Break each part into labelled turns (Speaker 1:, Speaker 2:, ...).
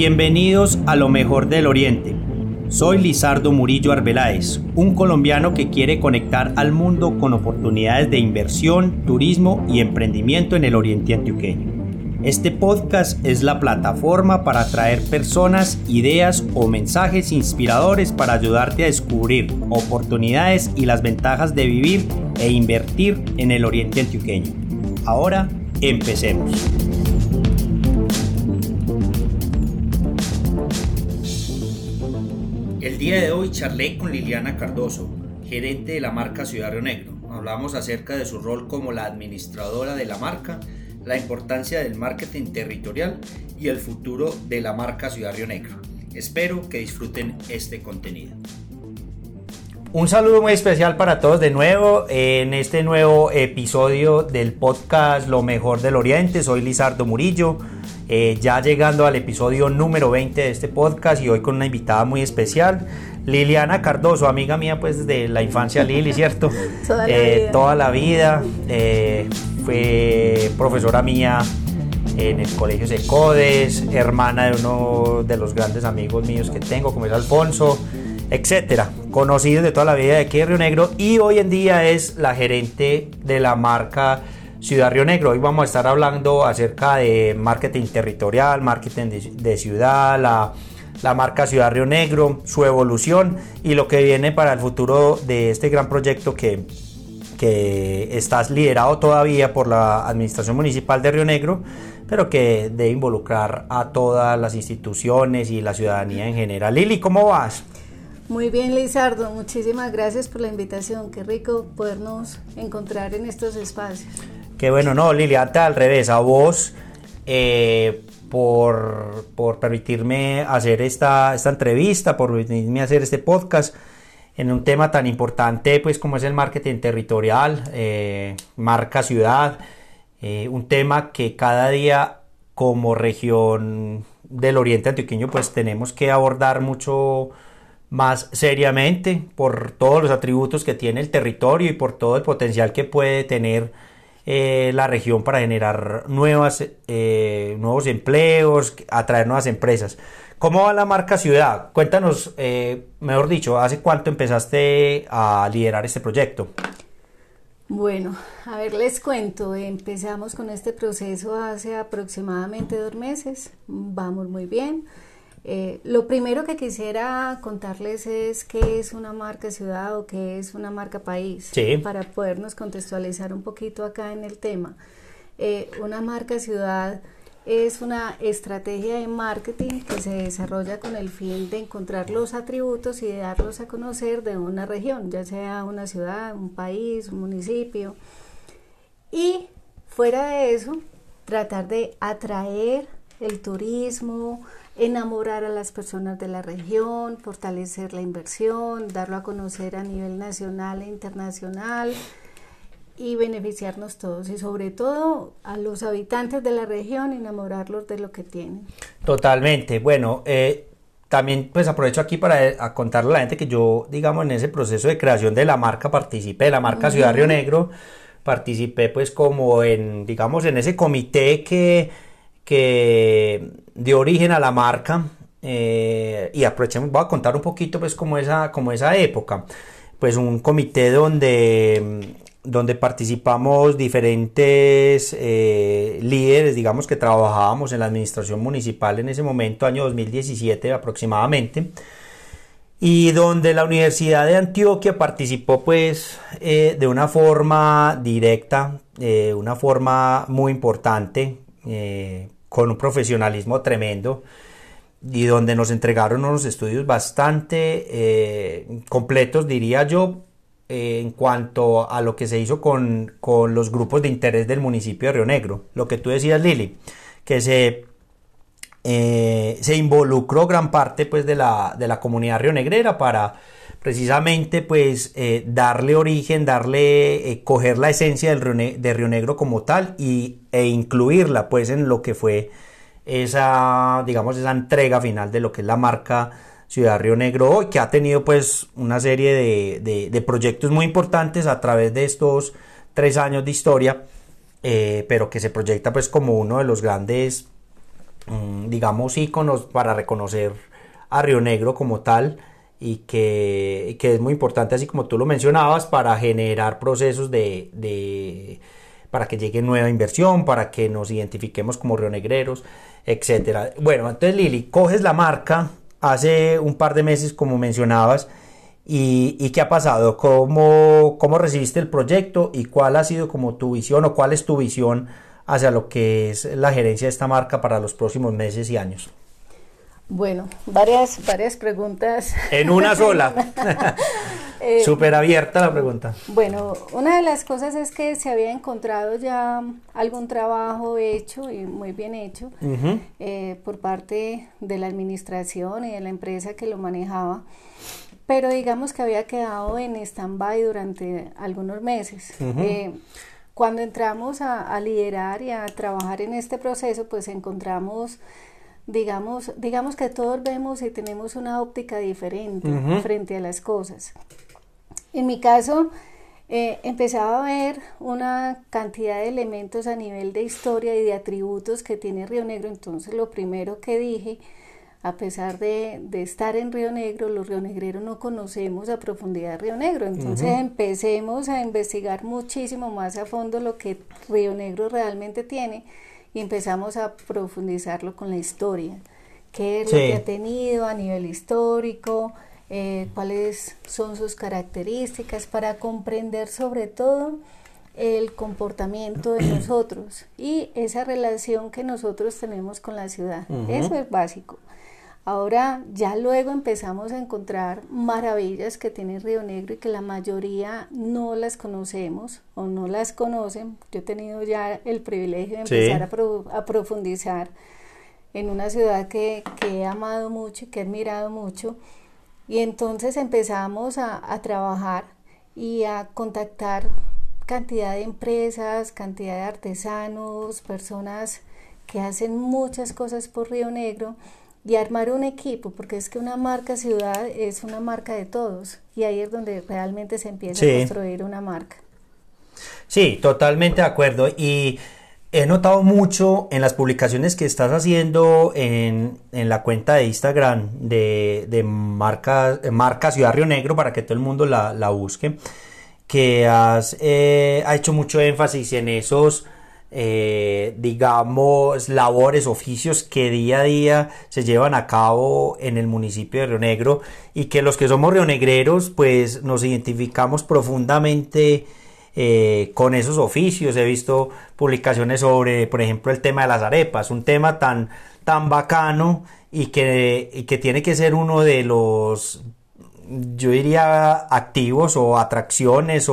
Speaker 1: Bienvenidos a lo mejor del Oriente. Soy Lizardo Murillo Arbeláez, un colombiano que quiere conectar al mundo con oportunidades de inversión, turismo y emprendimiento en el Oriente Antioqueño. Este podcast es la plataforma para atraer personas, ideas o mensajes inspiradores para ayudarte a descubrir oportunidades y las ventajas de vivir e invertir en el Oriente Antioqueño. Ahora, empecemos. El día de hoy charlé con Liliana Cardoso, gerente de la marca Ciudad Río Negro. Hablamos acerca de su rol como la administradora de la marca, la importancia del marketing territorial y el futuro de la marca Ciudad Río Negro. Espero que disfruten este contenido. Un saludo muy especial para todos de nuevo en este nuevo episodio del podcast Lo Mejor del Oriente. Soy Lizardo Murillo, ya llegando al episodio número 20 de este podcast y hoy con una invitada muy especial, Liliana Cardoso, amiga mía pues desde la infancia, Lili, ¿cierto? Toda la vida. Fue profesora mía en el colegio Secodes, hermana de uno de los grandes amigos míos que tengo, como es Alfonso, etcétera, conocidos de toda la vida de aquí de Río Negro, y hoy en día es la gerente de la marca Ciudad Río Negro. Hoy vamos a estar hablando acerca de marketing territorial, marketing de ciudad, la marca Ciudad Río Negro, su evolución y lo que viene para el futuro de este gran proyecto que está liderado todavía por la Administración Municipal de Río Negro, pero que debe involucrar a todas las instituciones y la ciudadanía en general. Lili, ¿cómo vas?
Speaker 2: Muy bien, Lizardo, muchísimas gracias por la invitación. Qué rico podernos encontrar en estos espacios.
Speaker 1: Qué bueno, no, Lili, al revés, a vos por permitirme hacer esta entrevista, por permitirme hacer este podcast en un tema tan importante pues como es el marketing territorial, marca ciudad, un tema que cada día como región del Oriente Antioqueño pues tenemos que abordar mucho más seriamente por todos los atributos que tiene el territorio y por todo el potencial que puede tener la región para generar nuevos empleos, atraer nuevas empresas. ¿Cómo va la marca ciudad? Cuéntanos, mejor dicho, ¿hace cuánto empezaste a liderar este proyecto?
Speaker 2: Bueno, a ver, les cuento, empezamos con este proceso hace aproximadamente 2 meses, vamos muy bien. Lo primero que quisiera contarles es qué es una marca ciudad o qué es una marca país,
Speaker 1: sí,
Speaker 2: para podernos contextualizar un poquito acá en el tema. Una marca ciudad es una estrategia de marketing que se desarrolla con el fin de encontrar los atributos y de darlos a conocer de una región, ya sea una ciudad, un país, un municipio. Y fuera de eso, tratar de atraer el turismo, enamorar a las personas de la región, fortalecer la inversión, darlo a conocer a nivel nacional e internacional y beneficiarnos todos, y sobre todo a los habitantes de la región, enamorarlos de lo que tienen.
Speaker 1: Totalmente. Bueno, también pues aprovecho aquí para contarle a la gente que yo, digamos, en ese proceso de creación de la marca participé, de la marca Ciudad Río Negro, participé pues como en, digamos, en ese comité que dio origen a la marca, y aprovechemos, voy a contar un poquito pues como esa época, pues un comité donde participamos diferentes líderes, digamos, que trabajábamos en la administración municipal en ese momento, año 2017 aproximadamente, y donde la Universidad de Antioquia participó pues de una forma directa, una forma muy importante, con un profesionalismo tremendo, y donde nos entregaron unos estudios bastante completos, diría yo, en cuanto a lo que se hizo con los grupos de interés del municipio de Río Negro. Lo que tú decías, Lili, que se involucró gran parte pues de la comunidad rionegrera para precisamente pues darle origen, coger la esencia de Río Negro como tal e incluirla pues en lo que fue esa entrega final de lo que es la marca Ciudad Río Negro hoy, que ha tenido pues una serie de proyectos muy importantes a través de estos 3 años de historia, pero que se proyecta pues como uno de los grandes digamos, íconos para reconocer a Río Negro como tal y que es muy importante, así como tú lo mencionabas, para generar procesos para que llegue nueva inversión, para que nos identifiquemos como rionegreros, etcétera. Bueno, entonces Lili, coges la marca hace un par de meses, como mencionabas, y ¿qué ha pasado? ¿Cómo recibiste el proyecto y cuál ha sido como tu visión o cuál es tu visión hacia lo que es la gerencia de esta marca para los próximos meses y años?
Speaker 2: Bueno, varias preguntas.
Speaker 1: En una sola. Súper abierta la pregunta.
Speaker 2: Bueno, una de las cosas es que se había encontrado ya algún trabajo hecho y muy bien hecho por parte de la administración y de la empresa que lo manejaba, pero digamos que había quedado en stand-by durante algunos meses. Cuando entramos a liderar y a trabajar en este proceso, pues encontramos, digamos que todos vemos y tenemos una óptica diferente frente a las cosas. En mi caso, empezaba a ver una cantidad de elementos a nivel de historia y de atributos que tiene Río Negro. Entonces, lo primero que dije, a pesar de estar en Río Negro, los rionegreros no conocemos a profundidad Río Negro. Entonces, empecemos a investigar muchísimo más a fondo lo que Río Negro realmente tiene y empezamos a profundizarlo con la historia. ¿Qué es lo que ha tenido a nivel histórico? Cuáles son sus características, para comprender sobre todo el comportamiento de nosotros y esa relación que nosotros tenemos con la ciudad. Eso es básico. Ahora ya luego empezamos a encontrar maravillas que tiene Río Negro y que la mayoría no las conocemos o no las conocen. Yo he tenido ya el privilegio de empezar a profundizar en una ciudad que he amado mucho y que he admirado mucho. Y entonces empezamos a trabajar y a contactar cantidad de empresas, cantidad de artesanos, personas que hacen muchas cosas por Río Negro y armar un equipo, porque es que una marca ciudad es una marca de todos y ahí es donde realmente se empieza a construir una marca.
Speaker 1: Sí, totalmente de acuerdo, y he notado mucho en las publicaciones que estás haciendo en la cuenta de Instagram de marca Ciudad Río Negro, para que todo el mundo la busque, que ha hecho mucho énfasis en esos, digamos, labores, oficios que día a día se llevan a cabo en el municipio de Río Negro y que los que somos rionegreros pues nos identificamos profundamente con esos oficios. He visto publicaciones sobre, por ejemplo, el tema de las arepas, un tema tan bacano y que tiene que ser uno de los, yo diría, activos o atracciones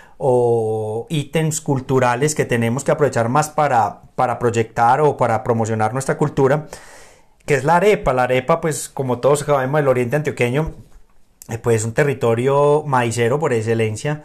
Speaker 1: o ítems culturales que tenemos que aprovechar más para proyectar o para promocionar nuestra cultura, que es la arepa. La arepa, pues como todos sabemos, el oriente antioqueño, pues es un territorio maicero por excelencia.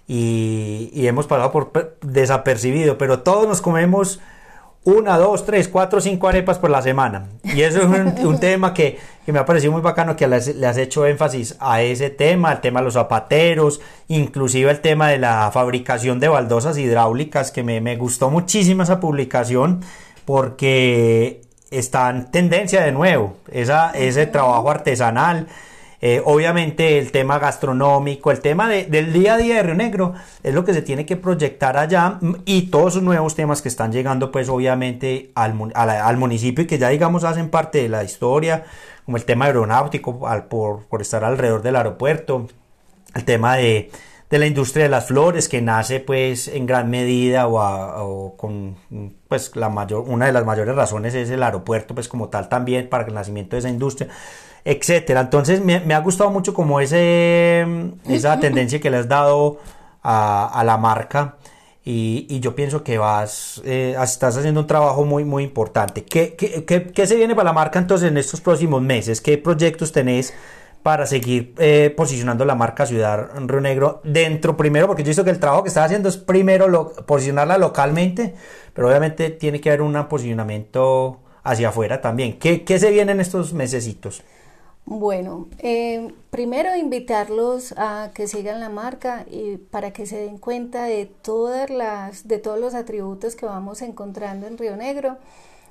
Speaker 1: Y hemos pasado por desapercibido, pero todos nos comemos 1, 2, 3, 4, 5 arepas por la semana. Y eso es un tema que me ha parecido muy bacano, que le has hecho énfasis a ese tema, el tema de los zapateros, inclusive el tema de la fabricación de baldosas hidráulicas, que me gustó muchísimo esa publicación, porque está en tendencia de nuevo, ese trabajo artesanal. Obviamente el tema gastronómico, el tema del día a día de Río Negro es lo que se tiene que proyectar allá, y todos esos nuevos temas que están llegando pues obviamente al municipio y que ya digamos hacen parte de la historia, como el tema aeronáutico por estar alrededor del aeropuerto, el tema de la industria de las flores, que nace pues en gran medida o con pues una de las mayores razones es el aeropuerto pues como tal también para el nacimiento de esa industria, etcétera. Entonces me ha gustado mucho como esa tendencia que le has dado a la marca, y yo pienso que estás haciendo un trabajo muy muy importante. ¿Qué se viene para la marca entonces en estos próximos meses? ¿Qué proyectos tenés para seguir posicionando la marca Ciudad Río Negro primero? Porque yo he visto que el trabajo que estás haciendo es primero posicionarla localmente, pero obviamente tiene que haber un posicionamiento hacia afuera también. ¿Qué se viene en estos mesecitos?
Speaker 2: Bueno, primero invitarlos a que sigan la marca y para que se den cuenta de todos los atributos que vamos encontrando en Río Negro,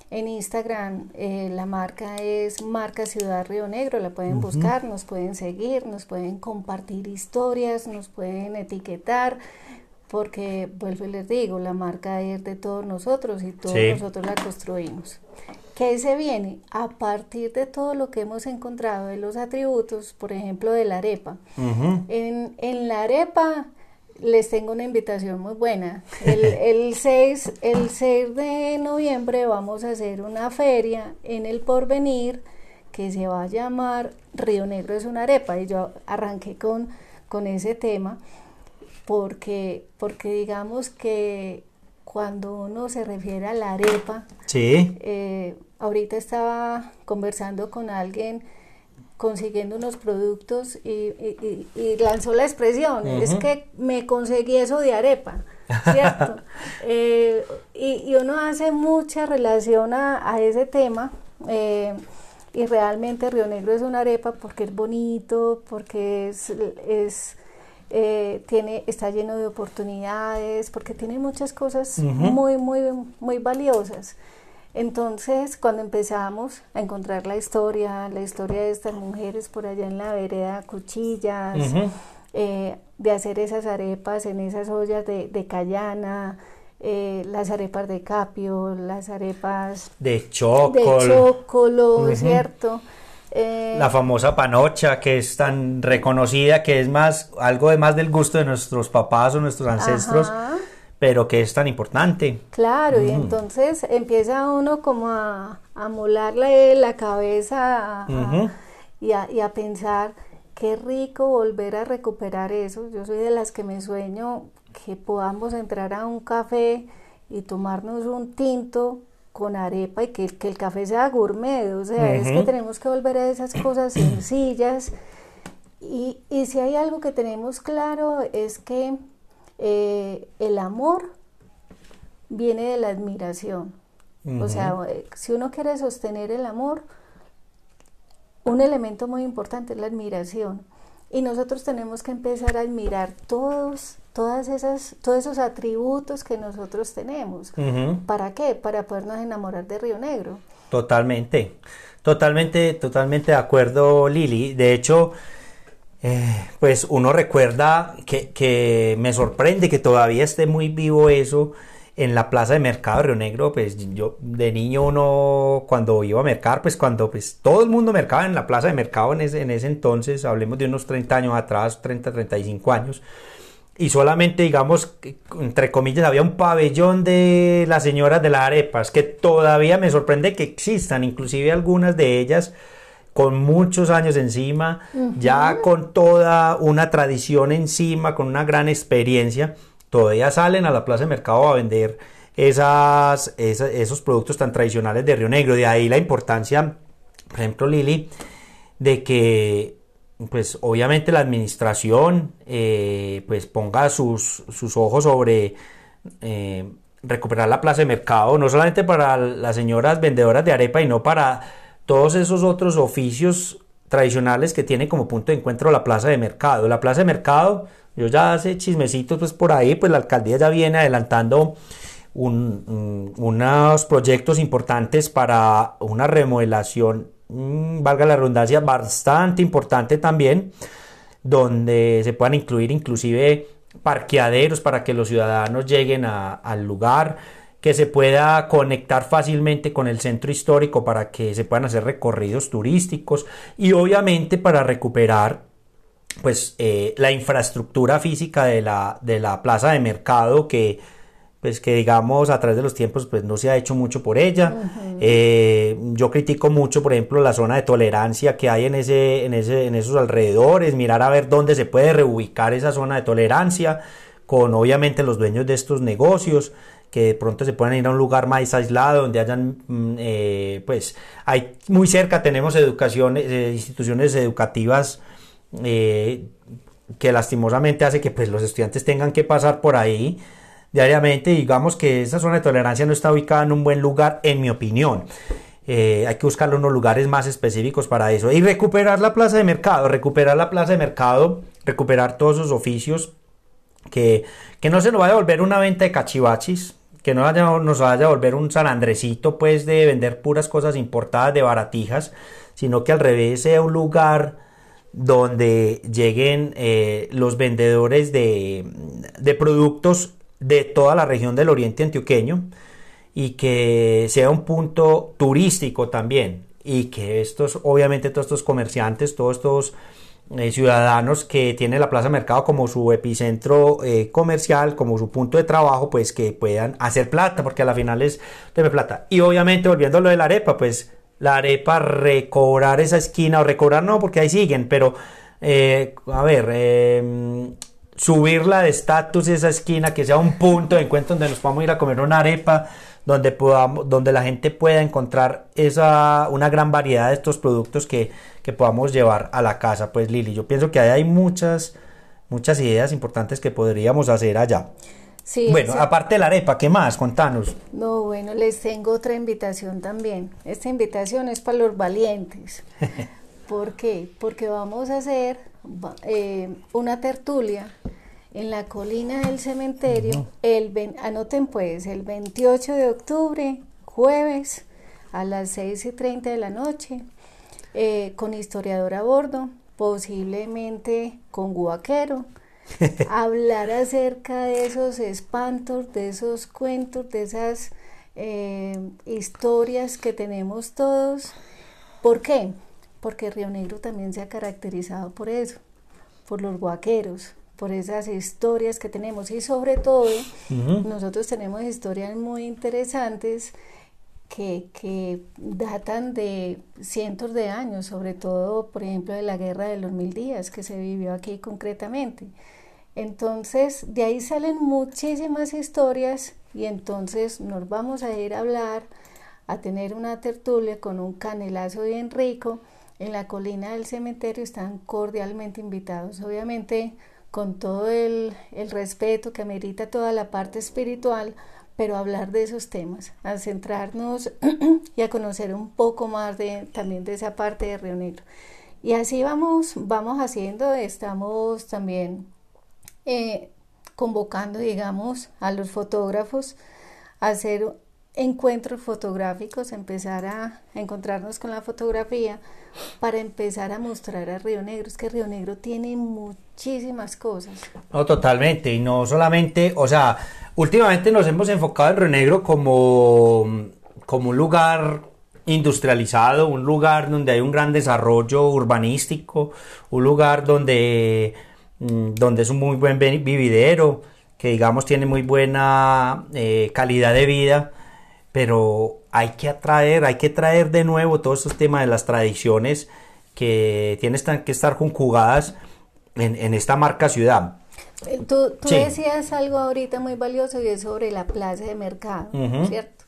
Speaker 2: En Instagram la marca es Marca Ciudad Río Negro, la pueden buscar, nos pueden seguir, nos pueden compartir historias, nos pueden etiquetar, porque vuelvo y les digo, la marca es de todos nosotros y todos nosotros la construimos. ¿Qué se viene? A partir de todo lo que hemos encontrado de los atributos, por ejemplo, de la arepa. En la arepa les tengo una invitación muy buena. El 6 de noviembre vamos a hacer una feria en el Porvenir que se va a llamar Río Negro es una arepa, y yo arranqué con ese tema porque digamos que cuando uno se refiere a la arepa, ahorita estaba conversando con alguien consiguiendo unos productos y lanzó la expresión, es que me conseguí eso de arepa, ¿cierto? Y uno hace mucha relación a ese tema, y realmente Río Negro es una arepa porque es bonito, porque está lleno de oportunidades, porque tiene muchas cosas muy, muy, muy valiosas. Entonces, cuando empezamos a encontrar la historia de estas mujeres por allá en la vereda Cuchillas, de hacer esas arepas en esas ollas de cayana, las arepas de capio, las arepas
Speaker 1: de chocolo,
Speaker 2: ¿cierto?
Speaker 1: La famosa panocha, que es tan reconocida, que es algo más del gusto de nuestros papás o nuestros ancestros, pero que es tan importante.
Speaker 2: Claro, y entonces empieza uno como a molarle la cabeza y a pensar qué rico volver a recuperar eso. Yo soy de las que me sueño que podamos entrar a un café y tomarnos un tinto con arepa y que el café sea gourmet, o sea, es que tenemos que volver a esas cosas sencillas, y si hay algo que tenemos claro es que el amor viene de la admiración. O sea, si uno quiere sostener el amor, un elemento muy importante es la admiración, y nosotros tenemos que empezar a admirar todos esos atributos que nosotros tenemos. ¿Para qué? Para podernos enamorar de Río Negro.
Speaker 1: Totalmente de acuerdo, Lili. De hecho, pues uno recuerda que me sorprende que todavía esté muy vivo eso en la plaza de mercado de Río Negro. Pues yo de niño, uno cuando iba a mercar, pues cuando todo el mundo mercaba en la plaza de mercado en ese entonces, hablemos de unos 30 años atrás, 35 años, y solamente, digamos, entre comillas, había un pabellón de las señoras de las arepas, que todavía me sorprende que existan, inclusive algunas de ellas con muchos años encima, ya con toda una tradición encima, con una gran experiencia, todavía salen a la plaza de mercado a vender esos productos tan tradicionales de Río Negro. De ahí la importancia, por ejemplo, Lili, de que pues obviamente la administración pues ponga sus ojos sobre recuperar la plaza de mercado, no solamente para las señoras vendedoras de arepa, sino para todos esos otros oficios tradicionales que tiene como punto de encuentro la plaza de mercado. La plaza de mercado, yo ya hace chismecitos pues por ahí, pues la alcaldía ya viene adelantando unos proyectos importantes para una remodelación, valga la redundancia, bastante importante también, donde se puedan incluir inclusive parqueaderos para que los ciudadanos lleguen al lugar, que se pueda conectar fácilmente con el centro histórico para que se puedan hacer recorridos turísticos, y obviamente para recuperar pues la infraestructura física de la plaza de mercado, que digamos a través de los tiempos pues no se ha hecho mucho por ella. Yo critico mucho, por ejemplo, la zona de tolerancia que hay en esos alrededores, mirar a ver dónde se puede reubicar esa zona de tolerancia con obviamente los dueños de estos negocios, que de pronto se puedan ir a un lugar más aislado donde hayan pues hay muy cerca tenemos instituciones educativas que lastimosamente hace que pues los estudiantes tengan que pasar por ahí diariamente. Digamos que esa zona de tolerancia no está ubicada en un buen lugar, en mi opinión. Hay que buscar unos lugares más específicos para eso y recuperar la plaza de mercado, recuperar todos esos oficios, que no se nos vaya a volver una venta de cachivachis, que no nos vaya a volver un San Andresito, pues, de vender puras cosas importadas de baratijas, sino que al revés sea un lugar donde lleguen los vendedores de productos de toda la región del oriente antioqueño y que sea un punto turístico también, y que obviamente todos estos comerciantes, todos estos ciudadanos que tienen la Plaza Mercado como su epicentro comercial, como su punto de trabajo, pues que puedan hacer plata, porque a la final es tener plata. Y obviamente, volviendo a lo de la arepa, pues la arepa, recobrar esa esquina, o recobrar no, porque ahí siguen, pero subirla de estatus esa esquina, que sea un punto de encuentro donde nos podamos ir a comer una arepa, donde la gente pueda encontrar una gran variedad de estos productos que podamos llevar a la casa. Pues Lili, yo pienso que hay muchas ideas importantes que podríamos hacer allá.
Speaker 2: Sí,
Speaker 1: bueno, aparte de la arepa, ¿qué más? Contanos.
Speaker 2: No, bueno, les tengo otra invitación también. Esta invitación es para los valientes. ¿Por qué? Porque vamos a hacer una tertulia en la colina del cementerio, anoten pues, el 28 de octubre, jueves, a las 6:30 de la noche, con historiador a bordo, posiblemente con guaquero, hablar acerca de esos espantos, de esos cuentos, de esas historias que tenemos todos. ¿Por qué? Porque Río Negro también se ha caracterizado por eso, por los guaqueros, por esas historias que tenemos, y sobre todo nosotros tenemos historias muy interesantes que datan de cientos de años, sobre todo, por ejemplo, de la Guerra de los 1000 días que se vivió aquí concretamente. Entonces, de ahí salen muchísimas historias, y entonces nos vamos a ir a hablar, a tener una tertulia con un canelazo bien rico en la colina del cementerio. Están cordialmente invitados, obviamente con todo el respeto que amerita toda la parte espiritual, pero hablar de esos temas, a centrarnos y a conocer un poco más también de esa parte de Río Negro. Y así vamos haciendo. Estamos también convocando, digamos, a los fotógrafos a hacer encuentros fotográficos, empezar a encontrarnos con la fotografía para empezar a mostrar a Río Negro. Es que Río Negro tiene muchísimas cosas.
Speaker 1: No, totalmente, y no solamente, o sea, últimamente nos hemos enfocado en Río Negro como un lugar industrializado, un lugar donde hay un gran desarrollo urbanístico, un lugar donde es un muy buen vividero, que digamos tiene muy buena calidad de vida, pero hay que traer de nuevo todos estos temas de las tradiciones que tienen que estar conjugadas en esta marca ciudad.
Speaker 2: Tú
Speaker 1: Sí.
Speaker 2: decías algo ahorita muy valioso, y es sobre la plaza de mercado, ¿cierto?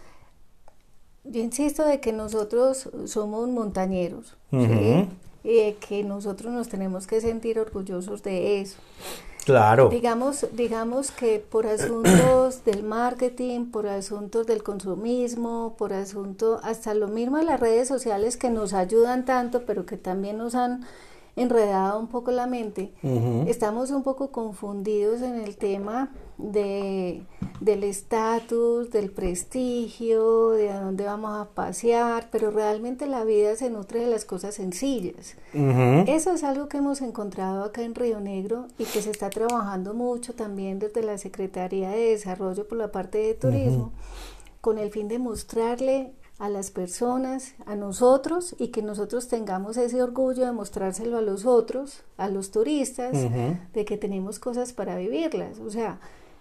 Speaker 2: Yo insisto de que nosotros somos montañeros, ¿sí? Y de que nosotros nos tenemos que sentir orgullosos de eso.
Speaker 1: Claro.
Speaker 2: Digamos que por asuntos del marketing, por asuntos del consumismo, por asuntos hasta lo mismo de las redes sociales, que nos ayudan tanto, pero que también nos han enredado un poco la mente, estamos un poco confundidos en el tema del estatus, del prestigio, de a dónde vamos a pasear, pero realmente la vida se nutre de las cosas sencillas. Eso es algo que hemos encontrado acá en Río Negro, y que se está trabajando mucho también desde la Secretaría de Desarrollo por la parte de turismo, con el fin de mostrarle a las personas, a nosotros, y que nosotros tengamos ese orgullo de mostrárselo a los otros, a los turistas, de que tenemos cosas para vivirlas. O sea,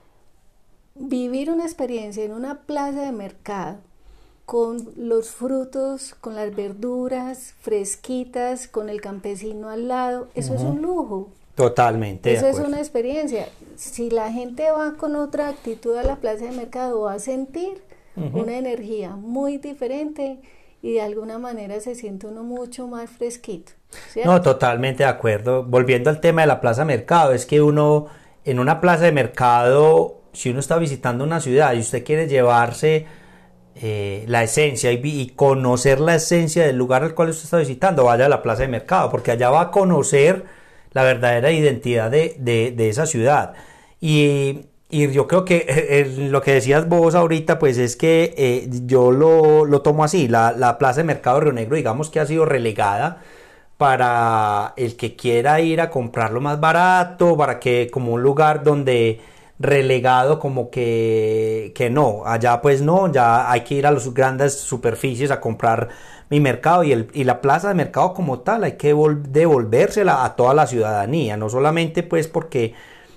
Speaker 2: vivir una experiencia en una plaza de mercado, con los frutos, con las verduras fresquitas, con el campesino al lado, eso es un lujo.
Speaker 1: Totalmente.
Speaker 2: Eso es una experiencia. Si la gente va con otra actitud a la plaza de mercado, va a sentir una energía muy diferente, y de alguna manera se siente uno mucho más fresquito, ¿cierto?
Speaker 1: No, totalmente de acuerdo. Volviendo al tema de la plaza de mercado, es que uno, en una plaza de mercado, si uno está visitando una ciudad y usted quiere llevarse la esencia y conocer la esencia del lugar al cual usted está visitando, vaya a la plaza de mercado, porque allá va a conocer la verdadera identidad de esa ciudad. Y
Speaker 3: Y yo creo que lo que decías vos ahorita, pues es que yo lo tomo así. La Plaza de Mercado de Río Negro, digamos que ha sido relegada para el que quiera ir a comprarlo más barato, para que como un lugar donde relegado como que no, allá pues no, ya hay que ir a las grandes superficies a comprar mi mercado y la plaza de mercado como tal hay que devolvérsela a toda la ciudadanía, no solamente pues porque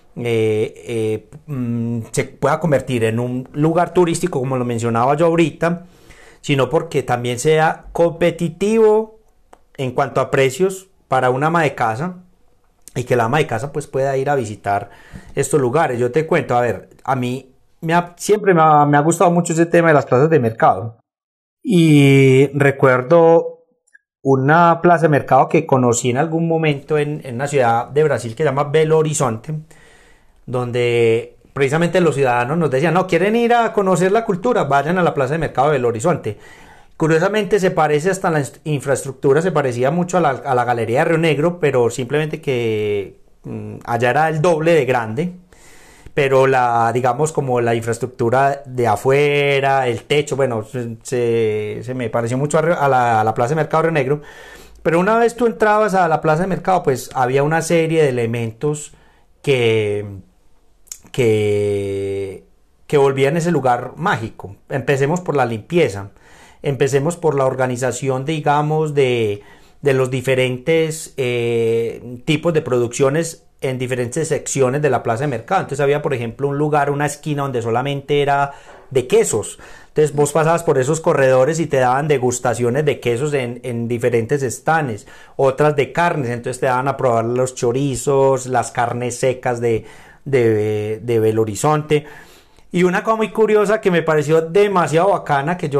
Speaker 3: se pueda convertir en un lugar turístico como lo mencionaba yo ahorita, sino porque también sea competitivo en cuanto a precios para una ama de casa y que la ama de casa pues pueda ir a visitar estos lugares. Yo te cuento, a ver, a mí siempre me ha gustado mucho ese tema de las plazas de mercado y recuerdo una plaza de mercado que conocí en algún momento en una ciudad de Brasil que se llama Belo Horizonte, donde precisamente los ciudadanos nos decían, no, quieren ir a conocer la cultura, vayan a la plaza de mercado de Belo Horizonte. Curiosamente se parece hasta la infraestructura, se parecía mucho a la galería de Río Negro, pero simplemente que allá era el doble de grande, pero digamos como la infraestructura de afuera, el techo, bueno, se me pareció mucho a la plaza de mercado de Río Negro, pero una vez tú entrabas a la plaza de mercado, pues había una serie de elementos que volvían ese lugar mágico. Empecemos por la limpieza. Empecemos por la organización, digamos, de los diferentes tipos de producciones en diferentes secciones de la plaza de mercado. Entonces había, por ejemplo, un lugar, una esquina donde solamente era de quesos. Entonces vos pasabas por esos corredores y te daban degustaciones de quesos en diferentes estanes, otras de carnes, entonces te daban a probar los chorizos, las carnes secas de Belo Horizonte. Y una cosa muy curiosa que me pareció demasiado bacana, que yo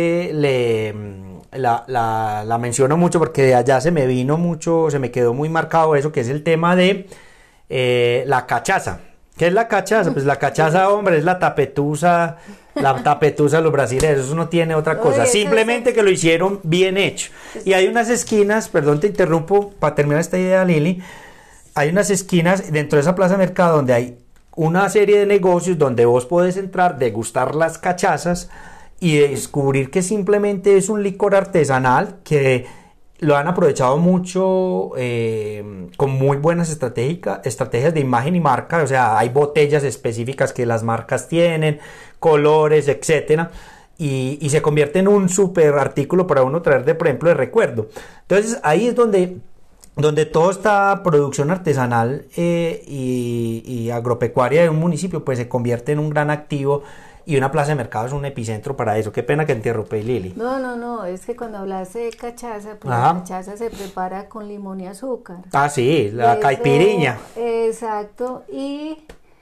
Speaker 3: la menciono mucho porque de allá se me vino mucho, se me quedó muy marcado eso, que es el tema de la cachaza. ¿Qué es la cachaza? Pues la cachaza, hombre, es la tapetusa de los brasileños, eso no tiene otra cosa, oye, simplemente que lo hicieron bien hecho. Y hay unas esquinas, perdón te interrumpo para terminar esta idea, Lili, hay unas esquinas dentro de esa plaza de mercado donde hay una serie de negocios donde vos podés entrar, degustar las cachazas y descubrir que simplemente es un licor artesanal que lo han aprovechado mucho con muy buenas estrategias de imagen y marca, o sea, hay botellas específicas que las marcas tienen, colores, etcétera, y se convierte en un super artículo para uno traer por ejemplo, de recuerdo. Entonces ahí es donde toda esta producción artesanal y agropecuaria de un municipio pues se convierte en un gran activo y una plaza de mercado es un epicentro para eso. Qué pena que interrumpí, Lili.
Speaker 2: No, es que cuando hablas de cachaza, pues la cachaza se prepara con limón y azúcar.
Speaker 3: Ah, sí, la caipiriña.
Speaker 2: Exacto, y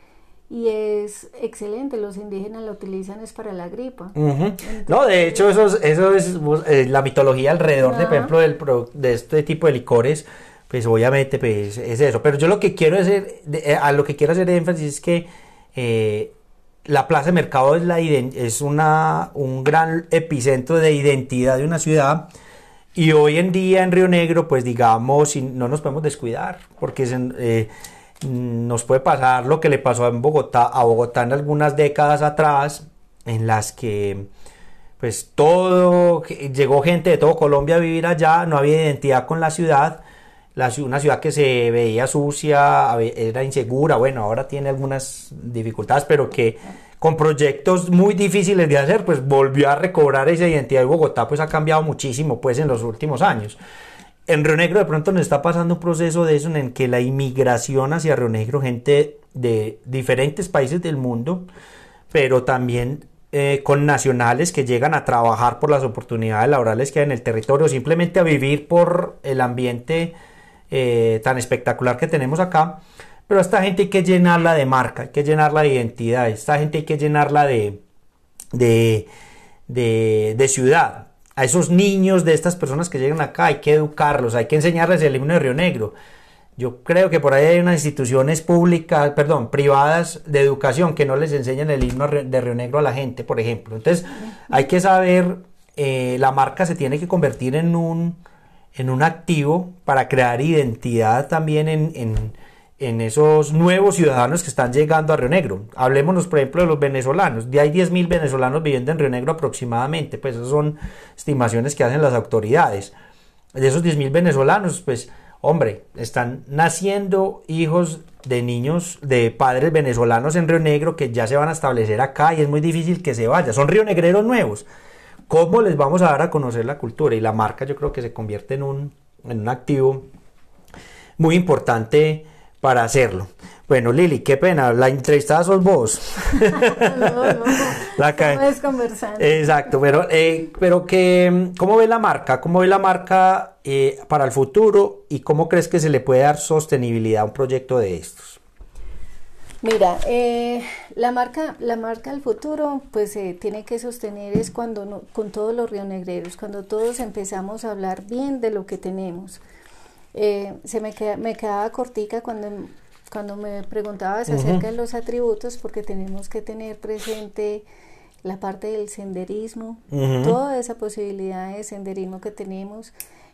Speaker 2: es excelente, los indígenas lo utilizan es para la gripa. Entonces,
Speaker 3: no, de hecho eso es la mitología alrededor de, por ejemplo, de este tipo de licores, pues obviamente pues es eso, pero yo lo que quiero hacer, a lo que quiero hacer énfasis es que la plaza de mercado es un gran epicentro de identidad de una ciudad y hoy en día en Río Negro pues digamos no nos podemos descuidar porque nos puede pasar lo que le pasó a Bogotá en algunas décadas atrás, en las que pues llegó gente de todo Colombia a vivir allá, no había identidad con la ciudad, una ciudad que se veía sucia, era insegura, bueno, ahora tiene algunas dificultades, pero que con proyectos muy difíciles de hacer, pues volvió a recobrar esa identidad y Bogotá pues ha cambiado muchísimo pues en los últimos años. En Río Negro de pronto nos está pasando un proceso de eso en el que la inmigración hacia Río Negro, gente de diferentes países del mundo, pero también con nacionales que llegan a trabajar por las oportunidades laborales que hay en el territorio, simplemente a vivir por el ambiente tan espectacular que tenemos acá, pero a esta gente hay que llenarla de marca, hay que llenarla de identidad, a esta gente hay que llenarla de ciudad. A esos niños de estas personas que llegan acá hay que educarlos, hay que enseñarles el himno de Río Negro. Yo creo que por ahí hay unas instituciones privadas de educación que no les enseñan el himno de Río Negro a la gente, por ejemplo. Entonces hay que saber, la marca se tiene que convertir en un activo para crear identidad también en esos nuevos ciudadanos que están llegando a Río Negro. Hablémonos, por ejemplo, de los venezolanos. De hay 10.000 venezolanos viviendo en Río Negro aproximadamente, pues esas son estimaciones que hacen las autoridades. De esos 10.000 venezolanos, pues, hombre, están naciendo hijos de niños, de padres venezolanos en Río Negro que ya se van a establecer acá y es muy difícil que se vayan. Son rionegreros nuevos. ¿Cómo les vamos a dar a conocer la cultura? Y la marca yo creo que se convierte en un activo muy importante para hacerlo. Bueno, Lili, qué pena, la entrevistada sos vos.
Speaker 2: No, estamos conversando.
Speaker 3: Exacto, pero que, ¿cómo ves la marca? ¿Cómo ves la marca para el futuro y cómo crees que se le puede dar sostenibilidad a un proyecto de estos?
Speaker 2: Mira, la marca del futuro pues tiene que sostener es cuando con todos los rionegreros, cuando todos empezamos a hablar bien de lo que tenemos. Me quedaba cortica cuando me preguntabas acerca de los atributos, porque tenemos que tener presente la parte del senderismo, toda esa posibilidad de senderismo que tenemos.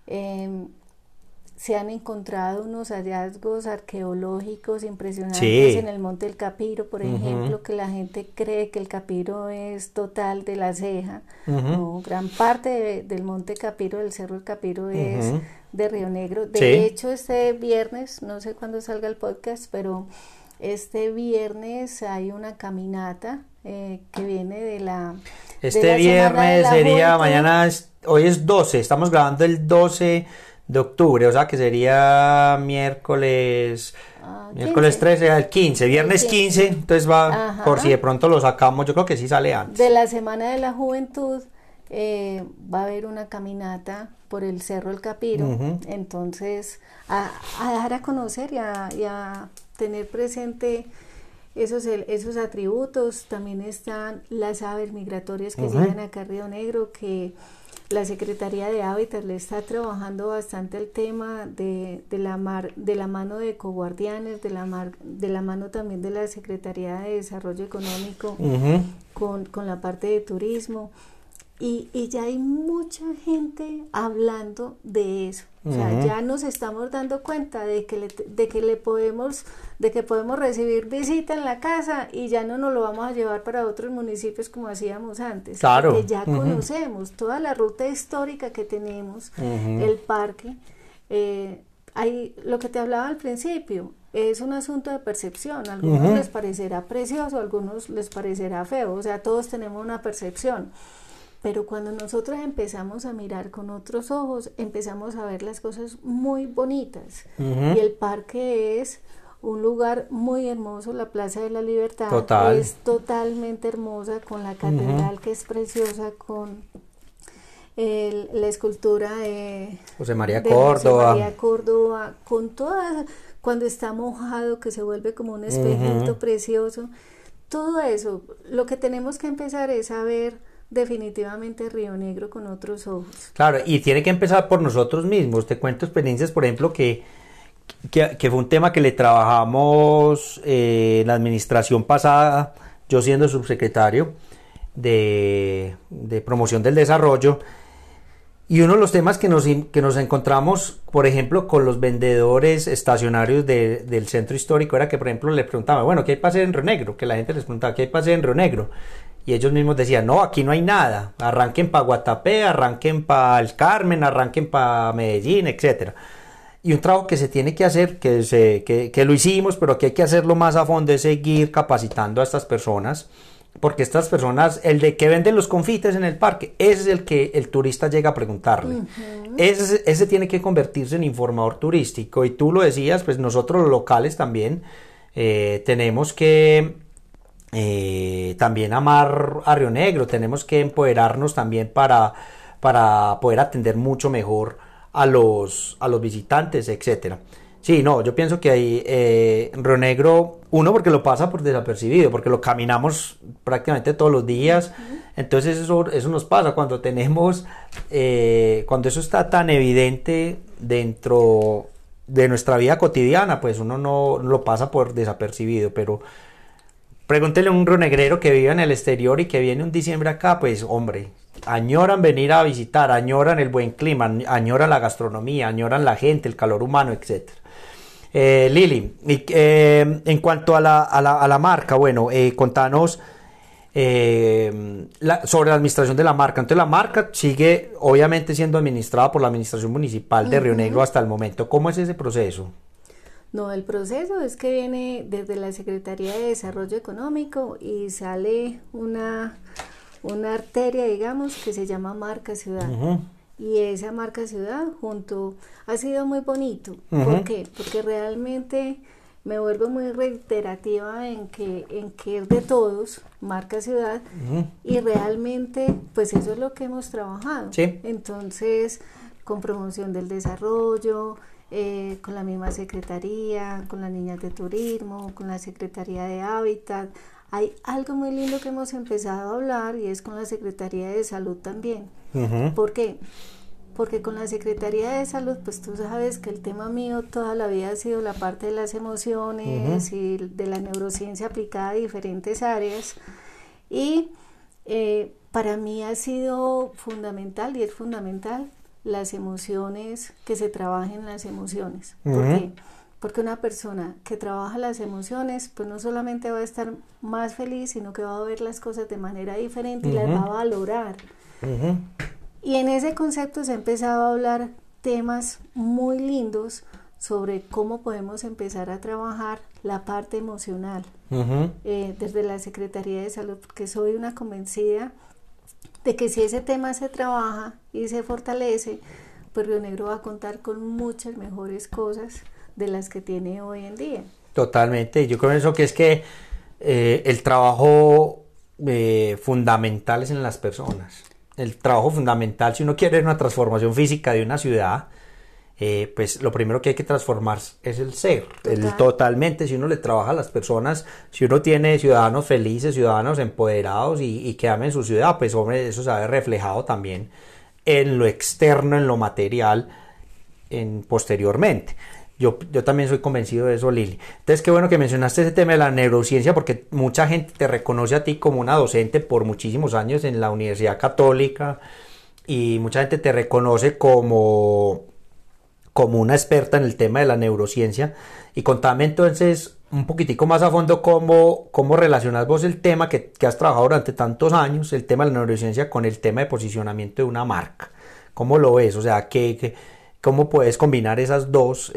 Speaker 2: Se han encontrado unos hallazgos arqueológicos impresionantes en el Monte del Capiro, por ejemplo, que la gente cree que el Capiro es total de La Ceja. No, gran parte del Monte Capiro, del Cerro del Capiro, es de Río Negro. De hecho, este viernes, no sé cuándo salga el podcast, pero este viernes hay una caminata que viene de la...
Speaker 3: Este viernes sería mañana, hoy es 12, estamos grabando el 12 de octubre, o sea que sería miércoles 13, el 15, viernes 15, entonces va, por si de pronto lo sacamos, yo creo que sí sale antes.
Speaker 2: De la Semana de la Juventud va a haber una caminata por el Cerro del Capiro, entonces a dar a conocer y a tener presente esos atributos. También están las aves migratorias que llegan acá a Río Negro, que la Secretaría de Hábitat le está trabajando bastante el tema de la mano de Ecoguardianes, de la mano también de la Secretaría de Desarrollo Económico, con la parte de turismo. Y ya hay mucha gente hablando de eso. O sea, ya nos estamos dando cuenta de que podemos recibir visita en la casa y ya no nos lo vamos a llevar para otros municipios como hacíamos antes.
Speaker 3: Claro.
Speaker 2: Porque ya conocemos toda la ruta histórica que tenemos, el parque. Hay lo que te hablaba al principio, es un asunto de percepción. A algunos les parecerá precioso, a algunos les parecerá feo. O sea, todos tenemos una percepción. Pero cuando nosotros empezamos a mirar con otros ojos, empezamos a ver las cosas muy bonitas. Y el parque es un lugar muy hermoso, la Plaza de la Libertad es totalmente hermosa, con la catedral que es preciosa, con la escultura de
Speaker 3: José María
Speaker 2: Córdoba, con toda, cuando está mojado, que se vuelve como un espejito precioso. Todo eso, lo que tenemos que empezar es a ver definitivamente Río Negro con otros ojos.
Speaker 3: Claro, y tiene que empezar por nosotros mismos. Te cuento experiencias, por ejemplo, que fue un tema que le trabajamos en la administración pasada, yo siendo subsecretario de promoción del desarrollo, y uno de los temas que nos encontramos, por ejemplo, con los vendedores estacionarios del centro histórico, era que, por ejemplo, le preguntaba, bueno, ¿qué hay para hacer en Río Negro? Que la gente les preguntaba, ¿qué hay para hacer en Río Negro? Y ellos mismos decían, no, aquí no hay nada, arranquen para Guatapé, arranquen para El Carmen, arranquen para Medellín, etcétera. Y un trabajo que se tiene que hacer, que lo hicimos, pero que hay que hacerlo más a fondo, es seguir capacitando a estas personas, porque estas personas, el de que venden los confites en el parque, ese es el que el turista llega a preguntarle. Ese tiene que convertirse en informador turístico, y tú lo decías, pues nosotros los locales también tenemos que también amar a Río Negro, tenemos que empoderarnos también para poder atender mucho mejor a los visitantes, etcétera. Sí, no, yo pienso que ahí Río Negro, uno, porque lo pasa por desapercibido, porque lo caminamos prácticamente todos los días, entonces eso nos pasa cuando tenemos, cuando eso está tan evidente dentro de nuestra vida cotidiana, pues uno no lo pasa por desapercibido. Pero pregúntele a un rionegrero que vive en el exterior y que viene un diciembre acá, pues hombre, añoran venir a visitar, añoran el buen clima, añoran la gastronomía, añoran la gente, el calor humano, etcétera. Lili, en cuanto a la marca, bueno, contanos sobre la administración de la marca. Entonces la marca sigue obviamente siendo administrada por la Administración Municipal de Río Negro hasta el momento. ¿Cómo es ese proceso?
Speaker 2: No, el proceso es que viene desde la Secretaría de Desarrollo Económico y sale una arteria, digamos, que se llama Marca Ciudad. Y esa Marca Ciudad ha sido muy bonito. ¿Por qué? Porque realmente me vuelvo muy reiterativa en que es de todos, Marca Ciudad, y realmente pues eso es lo que hemos trabajado.
Speaker 3: Sí.
Speaker 2: Entonces, con promoción del desarrollo, con la misma secretaría, con las niñas de turismo, con la Secretaría de Hábitat. Hay algo muy lindo que hemos empezado a hablar y es con la Secretaría de Salud también. ¿Por qué? Porque con la Secretaría de Salud, pues tú sabes que el tema mío toda la vida ha sido la parte de las emociones y de la neurociencia aplicada a diferentes áreas. Y para mí ha sido fundamental y es fundamental las emociones, que se trabajen las emociones. ¿Por qué? Porque una persona que trabaja las emociones, pues no solamente va a estar más feliz, sino que va a ver las cosas de manera diferente y las va a valorar. Y en ese concepto se ha empezado a hablar temas muy lindos sobre cómo podemos empezar a trabajar la parte emocional desde la Secretaría de Salud, porque soy una convencida de que si ese tema se trabaja y se fortalece, pues Río Negro va a contar con muchas mejores cosas de las que tiene hoy en día.
Speaker 3: Totalmente, yo creo eso que es que el trabajo fundamental es en las personas. El trabajo fundamental, si uno quiere una transformación física de una ciudad, pues lo primero que hay que transformar es el ser. Totalmente, si uno le trabaja a las personas, si uno tiene ciudadanos felices, ciudadanos empoderados y que amen su ciudad, pues hombre, eso se ve reflejado también en lo externo, en lo material, posteriormente. Yo también soy convencido de eso, Lili. Entonces, qué bueno que mencionaste ese tema de la neurociencia, porque mucha gente te reconoce a ti como una docente por muchísimos años en la Universidad Católica y mucha gente te reconoce como una experta en el tema de la neurociencia. Y contame entonces un poquitico más a fondo cómo relacionas vos el tema que has trabajado durante tantos años, el tema de la neurociencia, con el tema de posicionamiento de una marca. ¿Cómo lo ves? O sea, ¿cómo puedes combinar esas dos,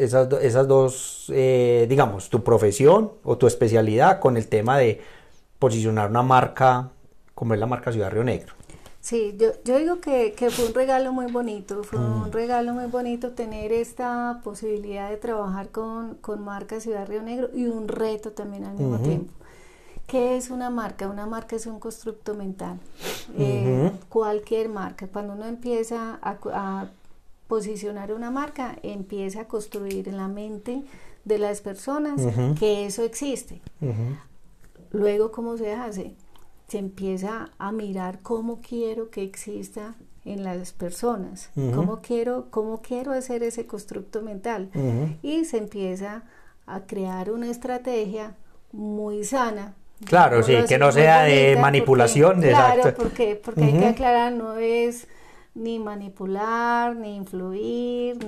Speaker 3: digamos, tu profesión o tu especialidad con el tema de posicionar una marca como es la marca Ciudad Río Negro?
Speaker 2: Sí, yo digo que fue un regalo muy bonito, un regalo muy bonito tener esta posibilidad de trabajar con marca Ciudad Río Negro y un reto también al mismo tiempo. ¿Qué es una marca? Una marca es un constructo mental. Cualquier marca, cuando uno empieza a posicionar una marca, empieza a construir en la mente de las personas que eso existe. Luego, ¿cómo se hace? Se empieza a mirar cómo quiero que exista en las personas, cómo quiero hacer ese constructo mental, y se empieza a crear una estrategia muy sana.
Speaker 3: Claro, sí, que no sea de manipulación.
Speaker 2: Claro, porque hay que aclarar, no es ni manipular, ni influir,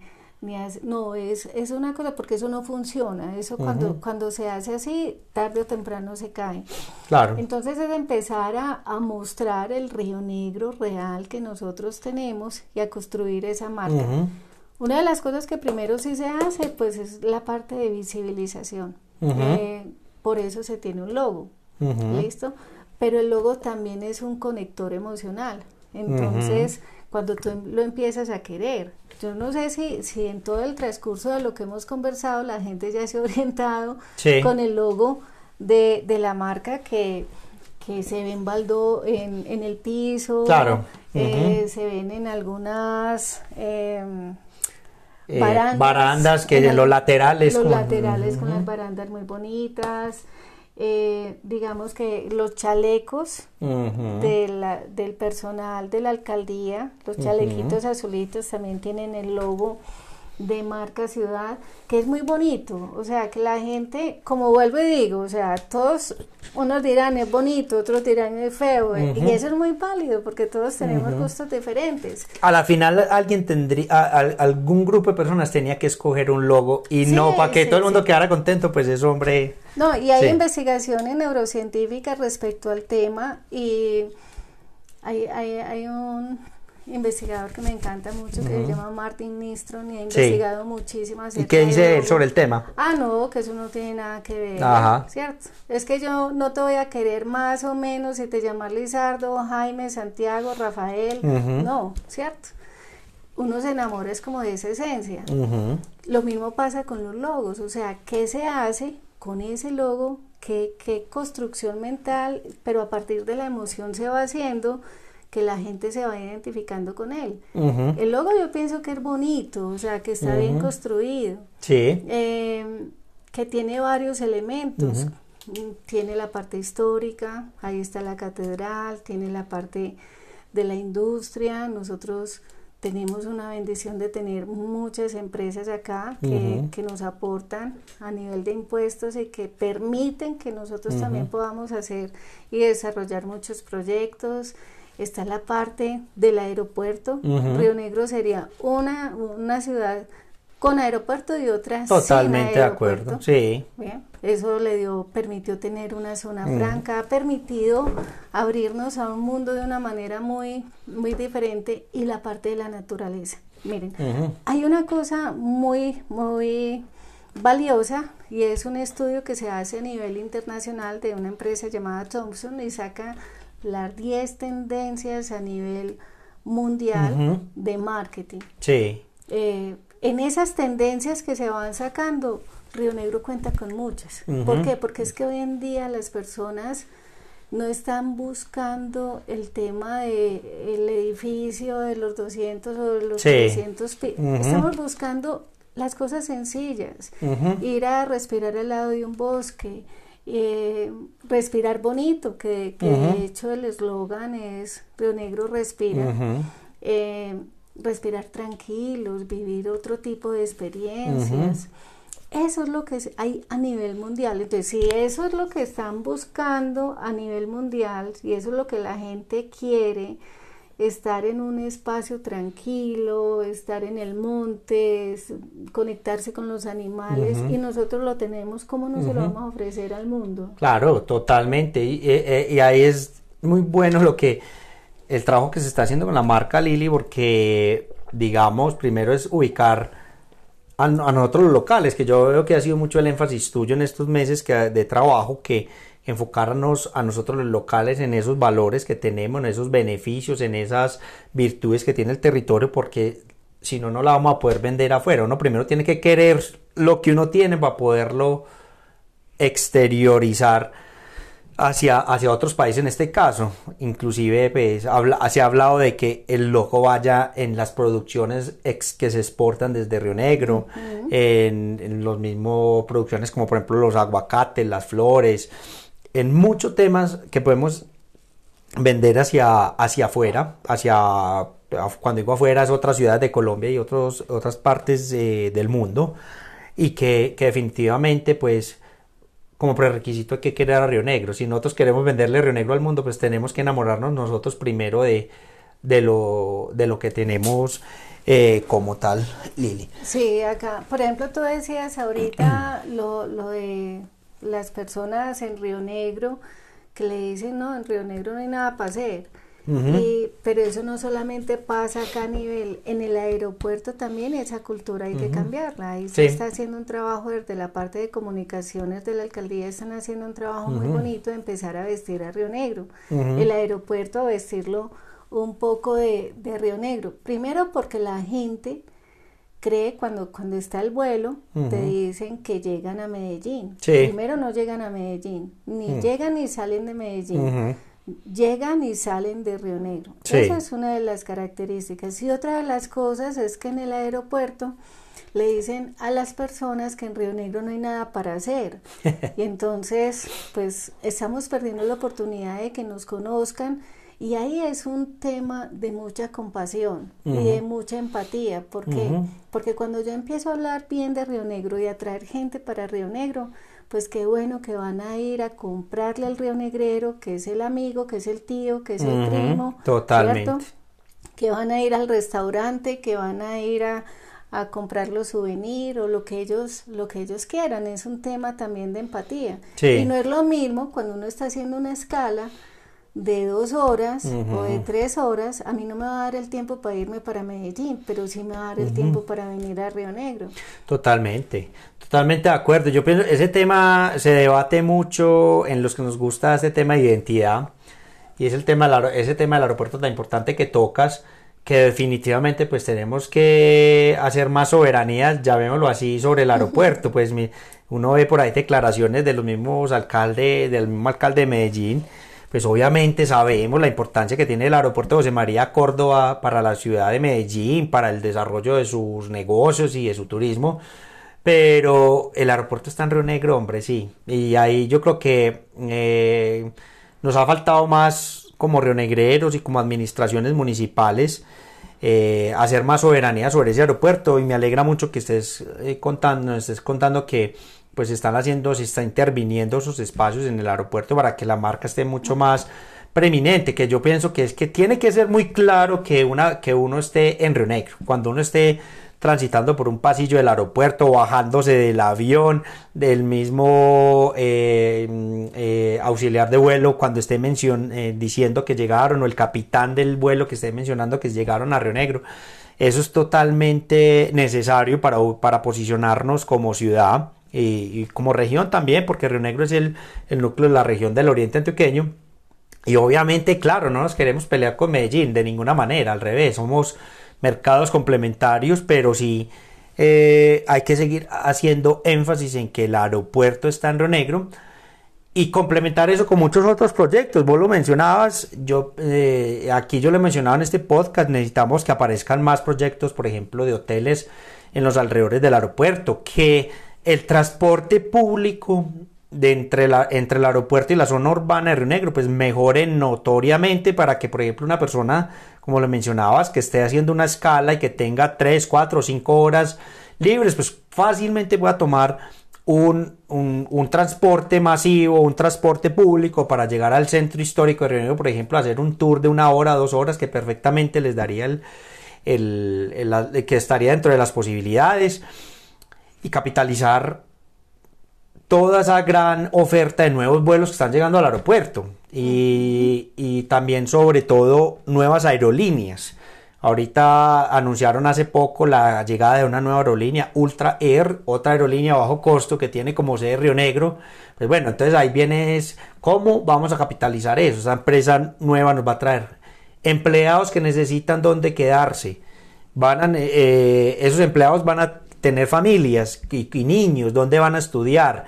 Speaker 2: no, es una cosa, porque eso no funciona. Eso cuando se hace así, tarde o temprano se cae.
Speaker 3: Claro.
Speaker 2: Entonces es empezar a mostrar el Río Negro real que nosotros tenemos y a construir esa marca. Una de las cosas que primero sí se hace, pues es la parte de visibilización. Por eso se tiene un logo, ¿listo? Pero el logo también es un conector emocional. Entonces, cuando tú lo empiezas a querer, yo no sé si en todo el transcurso de lo que hemos conversado la gente ya se ha orientado con el logo de la marca que se ve en el piso,
Speaker 3: claro.
Speaker 2: Se ven en algunas
Speaker 3: barandas que en los laterales.
Speaker 2: Los laterales con las barandas muy bonitas. Digamos que los chalecos del personal de la alcaldía, los chalequitos azulitos también tienen el logo de marca ciudad, que es muy bonito, o sea, que la gente, como vuelvo y digo, o sea, todos, unos dirán es bonito, otros dirán es feo, y eso es muy válido, porque todos tenemos gustos diferentes.
Speaker 3: A la final alguien tendría, algún grupo de personas tenía que escoger un logo, y
Speaker 2: Sí,
Speaker 3: no, para que
Speaker 2: sí,
Speaker 3: todo el mundo
Speaker 2: sí.
Speaker 3: quedara contento, pues eso, hombre.
Speaker 2: No, y hay
Speaker 3: Sí.
Speaker 2: investigaciones neurocientíficas respecto al tema, y hay un investigador que me encanta mucho que se llama Martin Nistron y ha investigado muchísimo
Speaker 3: ¿Y
Speaker 2: acerca
Speaker 3: qué dice
Speaker 2: del
Speaker 3: él
Speaker 2: logo.
Speaker 3: sobre el tema?
Speaker 2: Ah, no, que eso no tiene nada que ver,
Speaker 3: Ajá.
Speaker 2: ¿cierto? Es que yo no te voy a querer más o menos si te llamas Lizardo, Jaime, Santiago, Rafael, no, ¿cierto? Uno se enamora es como de esa esencia. Lo mismo pasa con los logos, o sea, ¿qué se hace con ese logo? ¿Qué construcción mental, pero a partir de la emoción se va haciendo que la gente se va identificando con él? El logo yo pienso que es bonito, o sea, que está bien construido,
Speaker 3: Sí.
Speaker 2: que tiene varios elementos. Tiene la parte histórica, ahí está la catedral, tiene la parte de la industria. Nosotros tenemos una bendición de tener muchas empresas acá que nos aportan a nivel de impuestos y que permiten que nosotros también podamos hacer y desarrollar muchos proyectos. Está la parte del aeropuerto. Río Negro sería una ciudad con aeropuerto y otra
Speaker 3: Totalmente
Speaker 2: sin
Speaker 3: de
Speaker 2: aeropuerto.
Speaker 3: acuerdo, sí.
Speaker 2: Bien, eso permitió tener una zona franca, ha permitido abrirnos a un mundo de una manera muy, muy diferente, y la parte de la naturaleza. Miren, hay una cosa muy, muy valiosa, y es un estudio que se hace a nivel internacional de una empresa llamada Thomson, y saca las 10 tendencias a nivel mundial de marketing.
Speaker 3: Sí.
Speaker 2: En esas tendencias que se van sacando, Río Negro cuenta con muchas. ¿Por qué? Porque es que hoy en día las personas no están buscando el tema del edificio de los 200 o de los 300 pisos. Estamos buscando las cosas sencillas. Ir a respirar al lado de un bosque, respirar bonito, que de hecho el eslogan es Río Negro respira. Respirar tranquilos, vivir otro tipo de experiencias. Eso es lo que hay a nivel mundial. Entonces, si eso es lo que están buscando a nivel mundial, si eso es lo que la gente quiere, estar en un espacio tranquilo, estar en el monte, conectarse con los animales, y nosotros lo tenemos, ¿cómo no se lo vamos a ofrecer al mundo?
Speaker 3: Claro, totalmente. Y ahí es muy bueno el trabajo que se está haciendo con la marca Lili, porque, digamos, primero es ubicar a nosotros los locales, que yo veo que ha sido mucho el énfasis tuyo en estos meses de trabajo, que enfocarnos a nosotros los locales en esos valores que tenemos, en esos beneficios, en esas virtudes que tiene el territorio, porque si no, no la vamos a poder vender afuera. Uno primero tiene que querer lo que uno tiene para poderlo exteriorizar hacia otros países. En este caso, inclusive pues, se ha hablado de que el logo vaya en las producciones que se exportan desde Río Negro, en los mismos producciones como por ejemplo los aguacates, las flores, en muchos temas que podemos vender hacia afuera, cuando digo afuera es otras ciudades de Colombia y otras partes del mundo, y que definitivamente pues como prerequisito hay que querer a Río Negro. Si nosotros queremos venderle Río Negro al mundo, pues tenemos que enamorarnos nosotros primero de lo que tenemos como tal, Lili.
Speaker 2: Sí, acá, por ejemplo, tú decías ahorita lo de las personas en Río Negro que le dicen, no, en Río Negro no hay nada para hacer. Pero eso no solamente pasa acá a nivel, en el aeropuerto también esa cultura hay que cambiarla. Ahí se está haciendo un trabajo desde la parte de comunicaciones de la alcaldía, están haciendo un trabajo muy bonito de empezar a vestir a Río Negro. El aeropuerto, a vestirlo un poco de Río Negro. Primero porque la gente cree cuando está el vuelo, te dicen que llegan a Medellín. Primero no llegan a Medellín, ni llegan ni salen de Medellín. Llegan y salen de Río Negro. Esa es una de las características. Y otra de las cosas es que en el aeropuerto le dicen a las personas que en Río Negro no hay nada para hacer. Y entonces, pues, estamos perdiendo la oportunidad de que nos conozcan Y ahí es un tema de mucha compasión y de mucha empatía. ¿Por qué? Porque cuando yo empiezo a hablar bien de Río Negro y a traer gente para Río Negro, pues qué bueno que van a ir a comprarle al rionegrero, que es el amigo, que es el tío, que es el primo,
Speaker 3: totalmente.
Speaker 2: ¿cierto? Que van a ir al restaurante, que van a ir a comprar los souvenirs o lo que ellos quieran. Es un tema también de empatía.
Speaker 3: Sí.
Speaker 2: Y no es lo mismo cuando uno está haciendo una escala de 2 horas o de 3 horas. A mí no me va a dar el tiempo para irme para Medellín, pero sí me va a dar el tiempo para venir a Río Negro.
Speaker 3: Totalmente de acuerdo. Yo pienso, ese tema se debate mucho en los que nos gusta este tema de identidad, y es ese tema del aeropuerto tan importante que tocas, que definitivamente pues tenemos que hacer más soberanía, llamémoslo así, sobre el aeropuerto. Pues uno ve por ahí declaraciones de los mismos del mismo alcalde de Medellín. Pues obviamente sabemos la importancia que tiene el aeropuerto José María Córdoba para la ciudad de Medellín, para el desarrollo de sus negocios y de su turismo, pero el aeropuerto está en Río Negro, hombre, sí, y ahí yo creo que nos ha faltado más como rionegreros y como administraciones municipales hacer más soberanía sobre ese aeropuerto, y me alegra mucho que estés contando que pues se está interviniendo esos espacios en el aeropuerto para que la marca esté mucho más preeminente, que yo pienso que es que tiene que ser muy claro que uno esté en Río Negro, cuando uno esté transitando por un pasillo del aeropuerto, bajándose del avión, del mismo auxiliar de vuelo, cuando esté diciendo que llegaron, o el capitán del vuelo que esté mencionando que llegaron a Río Negro. Eso es totalmente necesario para posicionarnos como ciudad y como región también, porque Río Negro es el núcleo de la región del oriente antioqueño. Y obviamente, claro, no nos queremos pelear con Medellín de ninguna manera, al revés, somos mercados complementarios, pero sí hay que seguir haciendo énfasis en que el aeropuerto está en Río Negro y complementar eso con muchos otros proyectos. Vos lo mencionabas, aquí yo lo he mencionado en este podcast, necesitamos que aparezcan más proyectos, por ejemplo, de hoteles en los alrededores del aeropuerto, que el transporte público entre el aeropuerto y la zona urbana de Río Negro pues mejore notoriamente, para que, por ejemplo, una persona, como lo mencionabas, que esté haciendo una escala y que tenga 3, 4 o 5 horas libres, pues fácilmente pueda tomar un transporte masivo, un transporte público para llegar al centro histórico de Río Negro, por ejemplo, hacer un tour de 1 hora, 2 horas, que perfectamente les daría que estaría dentro de las posibilidades, y capitalizar toda esa gran oferta de nuevos vuelos que están llegando al aeropuerto, y también sobre todo nuevas aerolíneas. Ahorita anunciaron hace poco la llegada de una nueva aerolínea, Ultra Air, otra aerolínea a bajo costo que tiene como sede Río Negro. Pues bueno, entonces ahí viene cómo vamos a capitalizar eso. Esa empresa nueva nos va a traer empleados que necesitan dónde quedarse. Esos empleados van a tener familias y niños, dónde van a estudiar.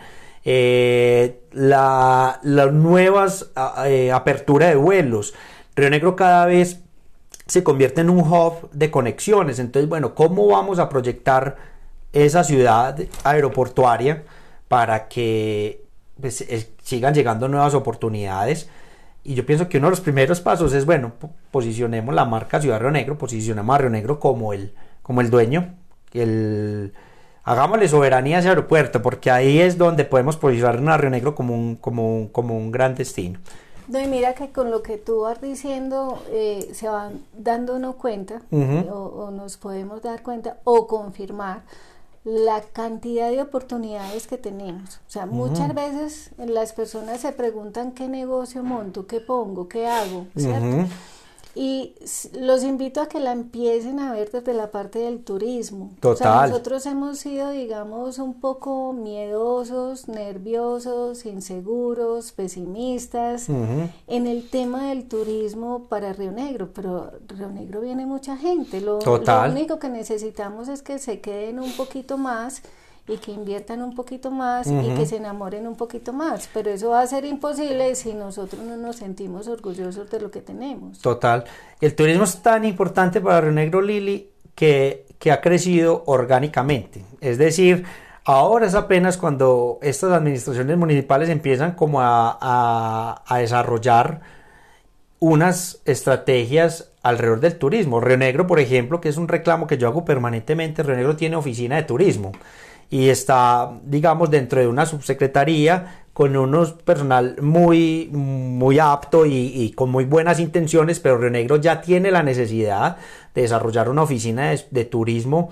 Speaker 3: Las nuevas apertura de vuelos. Río Negro cada vez se convierte en un hub de conexiones. Entonces, bueno, ¿cómo vamos a proyectar esa ciudad aeroportuaria para que pues, sigan llegando nuevas oportunidades? Y yo pienso que uno de los primeros pasos es, bueno, posicionemos la marca Ciudad Río Negro, posicionemos a Río Negro como el dueño, hagámosle soberanía a ese aeropuerto, porque ahí es donde podemos posicionar a Río Negro como un gran destino.
Speaker 2: No, y mira que con lo que tú vas diciendo se van dando uno cuenta, o nos podemos dar cuenta o confirmar la cantidad de oportunidades que tenemos. O sea, muchas veces las personas se preguntan qué negocio monto, qué pongo, qué hago, ¿cierto? Y los invito a que la empiecen a ver desde la parte del turismo.
Speaker 3: Total.
Speaker 2: O sea, nosotros hemos sido, digamos, un poco miedosos, nerviosos, inseguros, pesimistas en el tema del turismo para Río Negro, pero Río Negro viene mucha gente. Lo único que necesitamos es que se queden un poquito más y que inviertan un poquito más y que se enamoren un poquito más, pero eso va a ser imposible si nosotros no nos sentimos orgullosos de lo que tenemos.
Speaker 3: Total, el turismo es tan importante para Río Negro, Lili, que ha crecido orgánicamente, es decir, ahora es apenas cuando estas administraciones municipales empiezan como a desarrollar unas estrategias alrededor del turismo. Río Negro, por ejemplo, que es un reclamo que yo hago permanentemente, Río Negro tiene oficina de turismo y está, digamos, dentro de una subsecretaría con unos personal muy apto y con muy buenas intenciones, pero Río Negro ya tiene la necesidad de desarrollar una oficina de turismo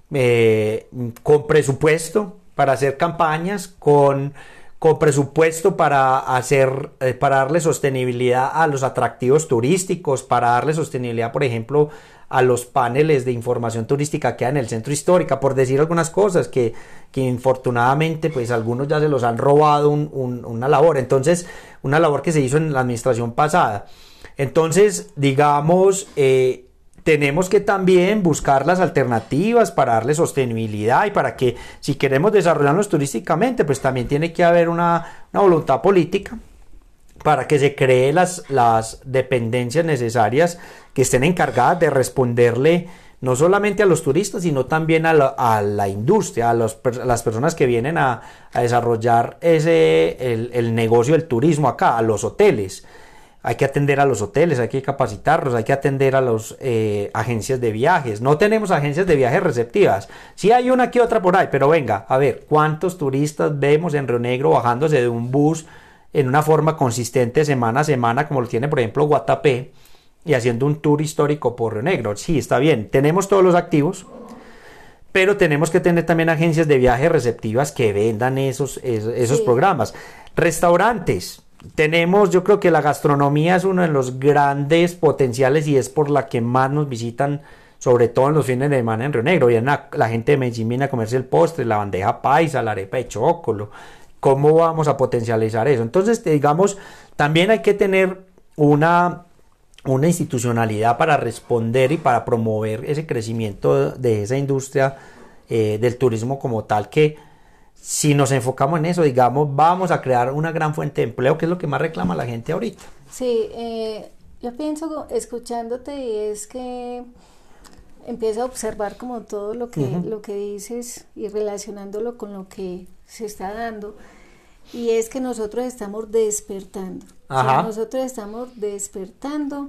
Speaker 3: con presupuesto para hacer campañas, con presupuesto para darle sostenibilidad a los atractivos turísticos, para darle sostenibilidad, por ejemplo, a los paneles de información turística que hay en el centro histórico, por decir algunas cosas que infortunadamente pues algunos ya se los han robado una labor, entonces una labor que se hizo en la administración pasada. Entonces, digamos, tenemos que también buscar las alternativas para darle sostenibilidad y para que, si queremos desarrollarnos turísticamente, pues también tiene que haber una voluntad política para que se creen las dependencias necesarias que estén encargadas de responderle no solamente a los turistas, sino también a la industria, a las personas que vienen a desarrollar el negocio del turismo acá, a los hoteles. Hay que atender a los hoteles, hay que capacitarlos, hay que atender a las agencias de viajes. No tenemos agencias de viajes receptivas. Sí hay una que otra por ahí, pero venga, a ver, ¿cuántos turistas vemos en Río Negro bajándose de un bus en una forma consistente semana a semana, como lo tiene, por ejemplo, Guatapé, y haciendo un tour histórico por Río Negro? Sí, está bien, tenemos todos los activos, pero tenemos que tener también agencias de viajes receptivas que vendan esos programas. Restaurantes. Tenemos, yo creo que la gastronomía es uno de los grandes potenciales y es por la que más nos visitan, sobre todo en los fines de semana en Río Negro. Viene la gente de Medellín viene a comerse el postre, la bandeja paisa, la arepa de chocolo. ¿Cómo vamos a potencializar eso? Entonces, digamos, también hay que tener una institucionalidad para responder y para promover ese crecimiento de esa industria del turismo como tal, que si nos enfocamos en eso, digamos, vamos a crear una gran fuente de empleo, que es lo que más reclama la gente ahorita.
Speaker 2: Sí, yo pienso, escuchándote, y es que empiezo a observar como todo lo que dices y relacionándolo con lo que se está dando, y es que nosotros estamos despertando. O sea, nosotros estamos despertando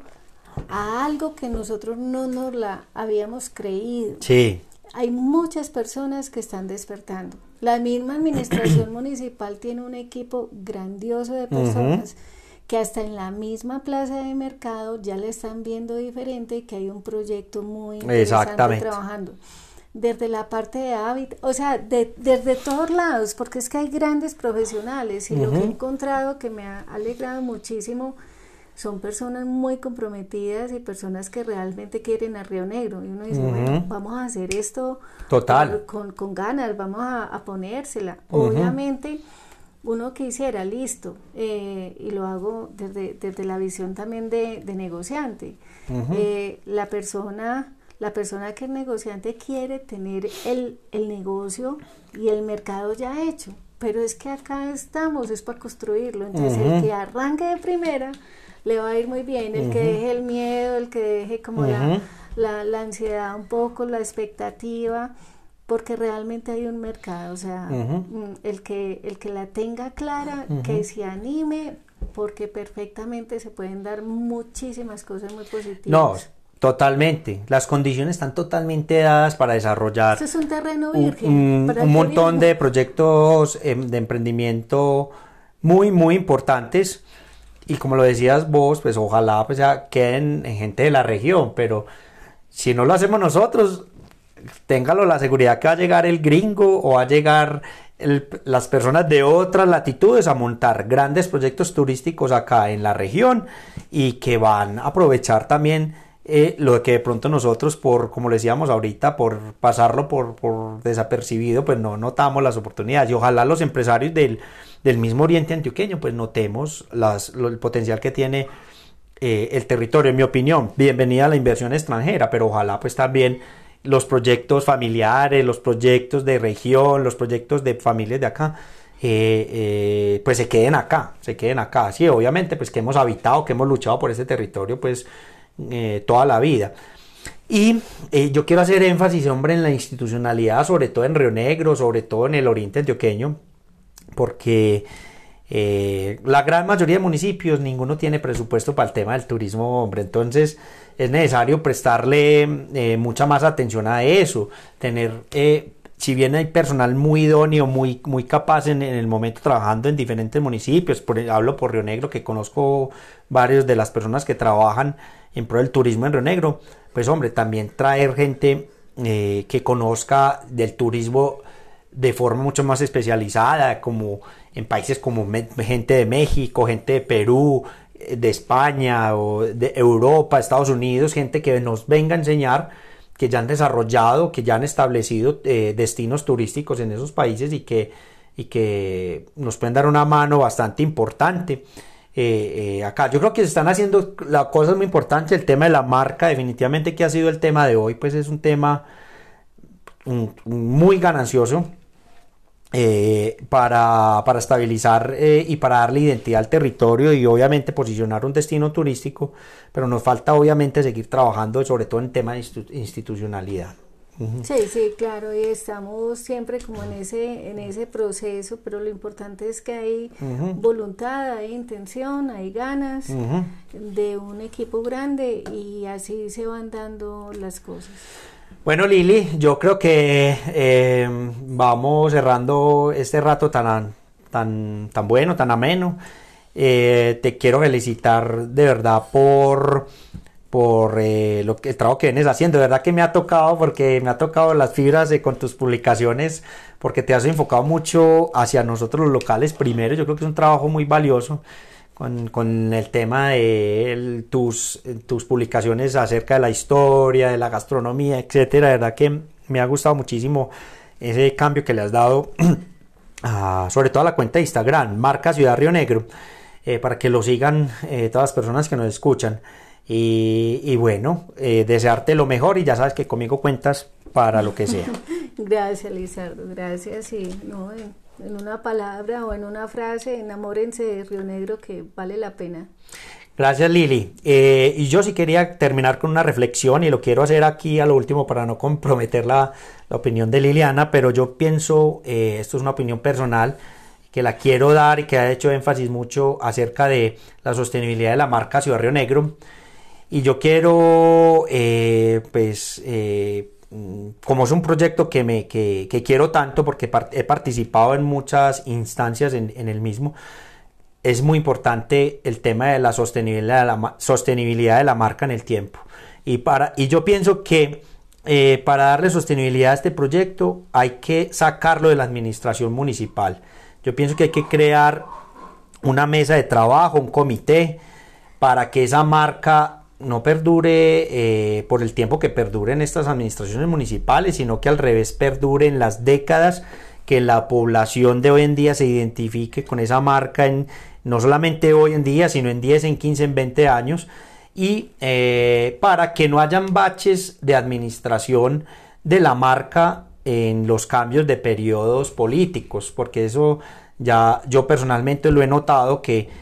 Speaker 2: a algo que nosotros no nos la habíamos creído.
Speaker 3: Sí.
Speaker 2: Hay muchas personas que están despertando. La misma administración municipal tiene un equipo grandioso de personas que hasta en la misma plaza de mercado ya le están viendo diferente y que hay un proyecto muy interesante trabajando. Desde la parte de hábitat, o sea, desde todos lados, porque es que hay grandes profesionales y lo que he encontrado que me ha alegrado muchísimo son personas muy comprometidas y personas que realmente quieren a Río Negro. Y uno dice, bueno, vamos a hacer esto con ganas, vamos a ponérsela. Obviamente, uno quisiera, listo, y lo hago desde la visión también de negociante. La persona que es negociante quiere tener el negocio y el mercado ya hecho. Pero es que acá estamos, es para construirlo. Entonces, el que arranque de primera le va a ir muy bien, el que deje el miedo, el que deje como la ansiedad un poco, la expectativa, porque realmente hay un mercado, o sea, el que la tenga clara, que se anime, porque perfectamente se pueden dar muchísimas cosas muy positivas.
Speaker 3: No, totalmente, las condiciones están totalmente dadas para desarrollar
Speaker 2: Esto es un terreno virgen,
Speaker 3: un montón de proyectos de emprendimiento muy, muy importantes. Y como lo decías vos, pues ojalá pues ya queden en gente de la región, pero si no lo hacemos nosotros, téngalo la seguridad que va a llegar el gringo o va a llegar las personas de otras latitudes a montar grandes proyectos turísticos acá en la región y que van a aprovechar también lo que de pronto nosotros, como le decíamos ahorita, por pasarlo por desapercibido, pues no notamos las oportunidades. Y ojalá los empresarios del mismo Oriente Antioqueño pues notemos el potencial que tiene el territorio. En mi opinión, bienvenida a la inversión extranjera, pero ojalá pues también los proyectos familiares, los proyectos de región, los proyectos de familias de acá, pues se queden acá. Sí, obviamente pues que hemos habitado, que hemos luchado por ese territorio pues toda la vida. Y yo quiero hacer énfasis, hombre, en la institucionalidad, sobre todo en Río Negro, sobre todo en el Oriente Antioqueño, porque La gran mayoría de municipios, ninguno tiene presupuesto para el tema del turismo, hombre. Entonces es necesario prestarle mucha más atención a eso, tener, si bien hay personal muy idóneo, muy capaz en el momento trabajando en diferentes municipios, hablo por Río Negro, que conozco varios de las personas que trabajan en pro del turismo en Río Negro, pues hombre, también traer gente que conozca del turismo de forma mucho más especializada, como en países como gente de México, gente de Perú, de España o de Europa, Estados Unidos, gente que nos venga a enseñar, que ya han desarrollado, que ya han establecido destinos turísticos en esos países y que nos pueden dar una mano bastante importante. Acá yo creo que se están haciendo las cosas muy importantes. El tema de la marca, definitivamente, que ha sido el tema de hoy, pues es un tema muy ganancioso para estabilizar y para darle identidad al territorio y obviamente posicionar un destino turístico, pero nos falta obviamente seguir trabajando sobre todo en tema de institucionalidad.
Speaker 2: Sí, claro, y estamos siempre como en ese proceso, pero lo importante es que hay voluntad, hay intención, hay ganas de un equipo grande y así se van dando las cosas.
Speaker 3: Bueno, Lili, yo creo que vamos cerrando este rato tan bueno, tan ameno. Te quiero felicitar de verdad por el trabajo que vienes haciendo. De verdad que me ha tocado las fibras con tus publicaciones, porque te has enfocado mucho hacia nosotros los locales primero. Yo creo que es un trabajo muy valioso con el tema de tus publicaciones acerca de la historia, de la gastronomía, etcétera. De verdad que me ha gustado muchísimo ese cambio que le has dado sobre todo a la cuenta de Instagram, Marca Ciudad Río Negro, para que lo sigan todas las personas que nos escuchan. Y bueno, desearte lo mejor y ya sabes que conmigo cuentas para lo que sea.
Speaker 2: Gracias, Lizardo, gracias. Y no, en una palabra o en una frase, enamórense de Río Negro, que vale la pena.
Speaker 3: Gracias, Lili. Y yo sí quería terminar con una reflexión y lo quiero hacer aquí a lo último para no comprometer la opinión de Liliana, pero yo pienso, esto es una opinión personal, que la quiero dar y que ha hecho énfasis mucho acerca de la sostenibilidad de la marca Ciudad Río Negro. Y yo quiero, como es un proyecto que quiero tanto porque he participado en muchas instancias en el mismo, es muy importante el tema de la sostenibilidad de la marca en el tiempo. Y yo pienso que para darle sostenibilidad a este proyecto hay que sacarlo de la administración municipal. Yo pienso que hay que crear una mesa de trabajo, un comité, para que esa marca no perdure por el tiempo que perdure en estas administraciones municipales, sino que al revés perdure en las décadas, que la población de hoy en día se identifique con esa marca, no solamente hoy en día, sino en 10, en 15, en 20 años, y para que no hayan baches de administración de la marca en los cambios de periodos políticos, porque eso ya yo personalmente lo he notado que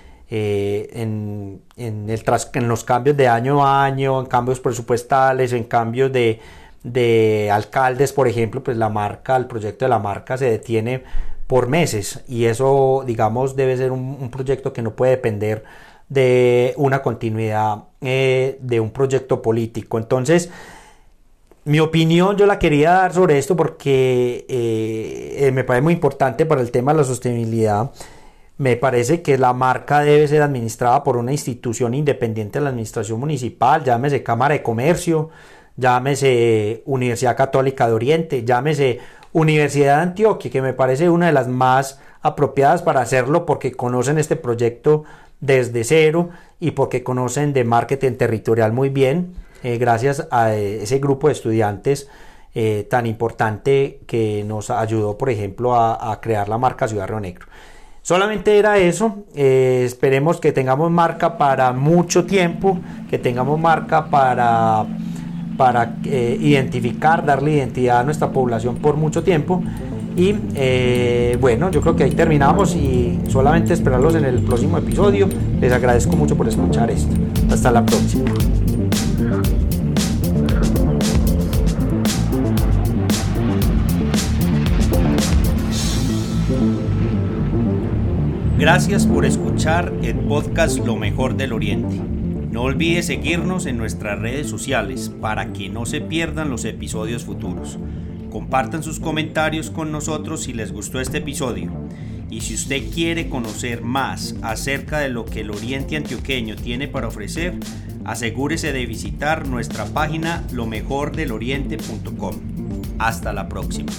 Speaker 3: en los cambios de año a año, en cambios presupuestales, en cambios de alcaldes, por ejemplo, pues el proyecto de la marca se detiene por meses, y eso, digamos, debe ser un proyecto que no puede depender de una continuidad de un proyecto político. Entonces, mi opinión yo la quería dar sobre esto porque me parece muy importante para el tema de la sostenibilidad. Me parece que la marca debe ser administrada por una institución independiente de la administración municipal, llámese Cámara de Comercio, llámese Universidad Católica de Oriente, llámese Universidad de Antioquia, que me parece una de las más apropiadas para hacerlo porque conocen este proyecto desde cero y porque conocen de marketing territorial muy bien, gracias a ese grupo de estudiantes tan importante que nos ayudó, por ejemplo, a crear la marca Ciudad Río Negro. Solamente era eso. Esperemos que tengamos marca para mucho tiempo, que tengamos marca para identificar, darle identidad a nuestra población por mucho tiempo. Y bueno, yo creo que ahí terminamos y solamente esperarlos en el próximo episodio. Les agradezco mucho por escuchar esto. Hasta la próxima.
Speaker 1: Gracias por escuchar el podcast Lo Mejor del Oriente. No olvides seguirnos en nuestras redes sociales para que no se pierdan los episodios futuros. Compartan sus comentarios con nosotros si les gustó este episodio. Y si usted quiere conocer más acerca de lo que el Oriente Antioqueño tiene para ofrecer, asegúrese de visitar nuestra página lomejordeloriente.com. Hasta la próxima.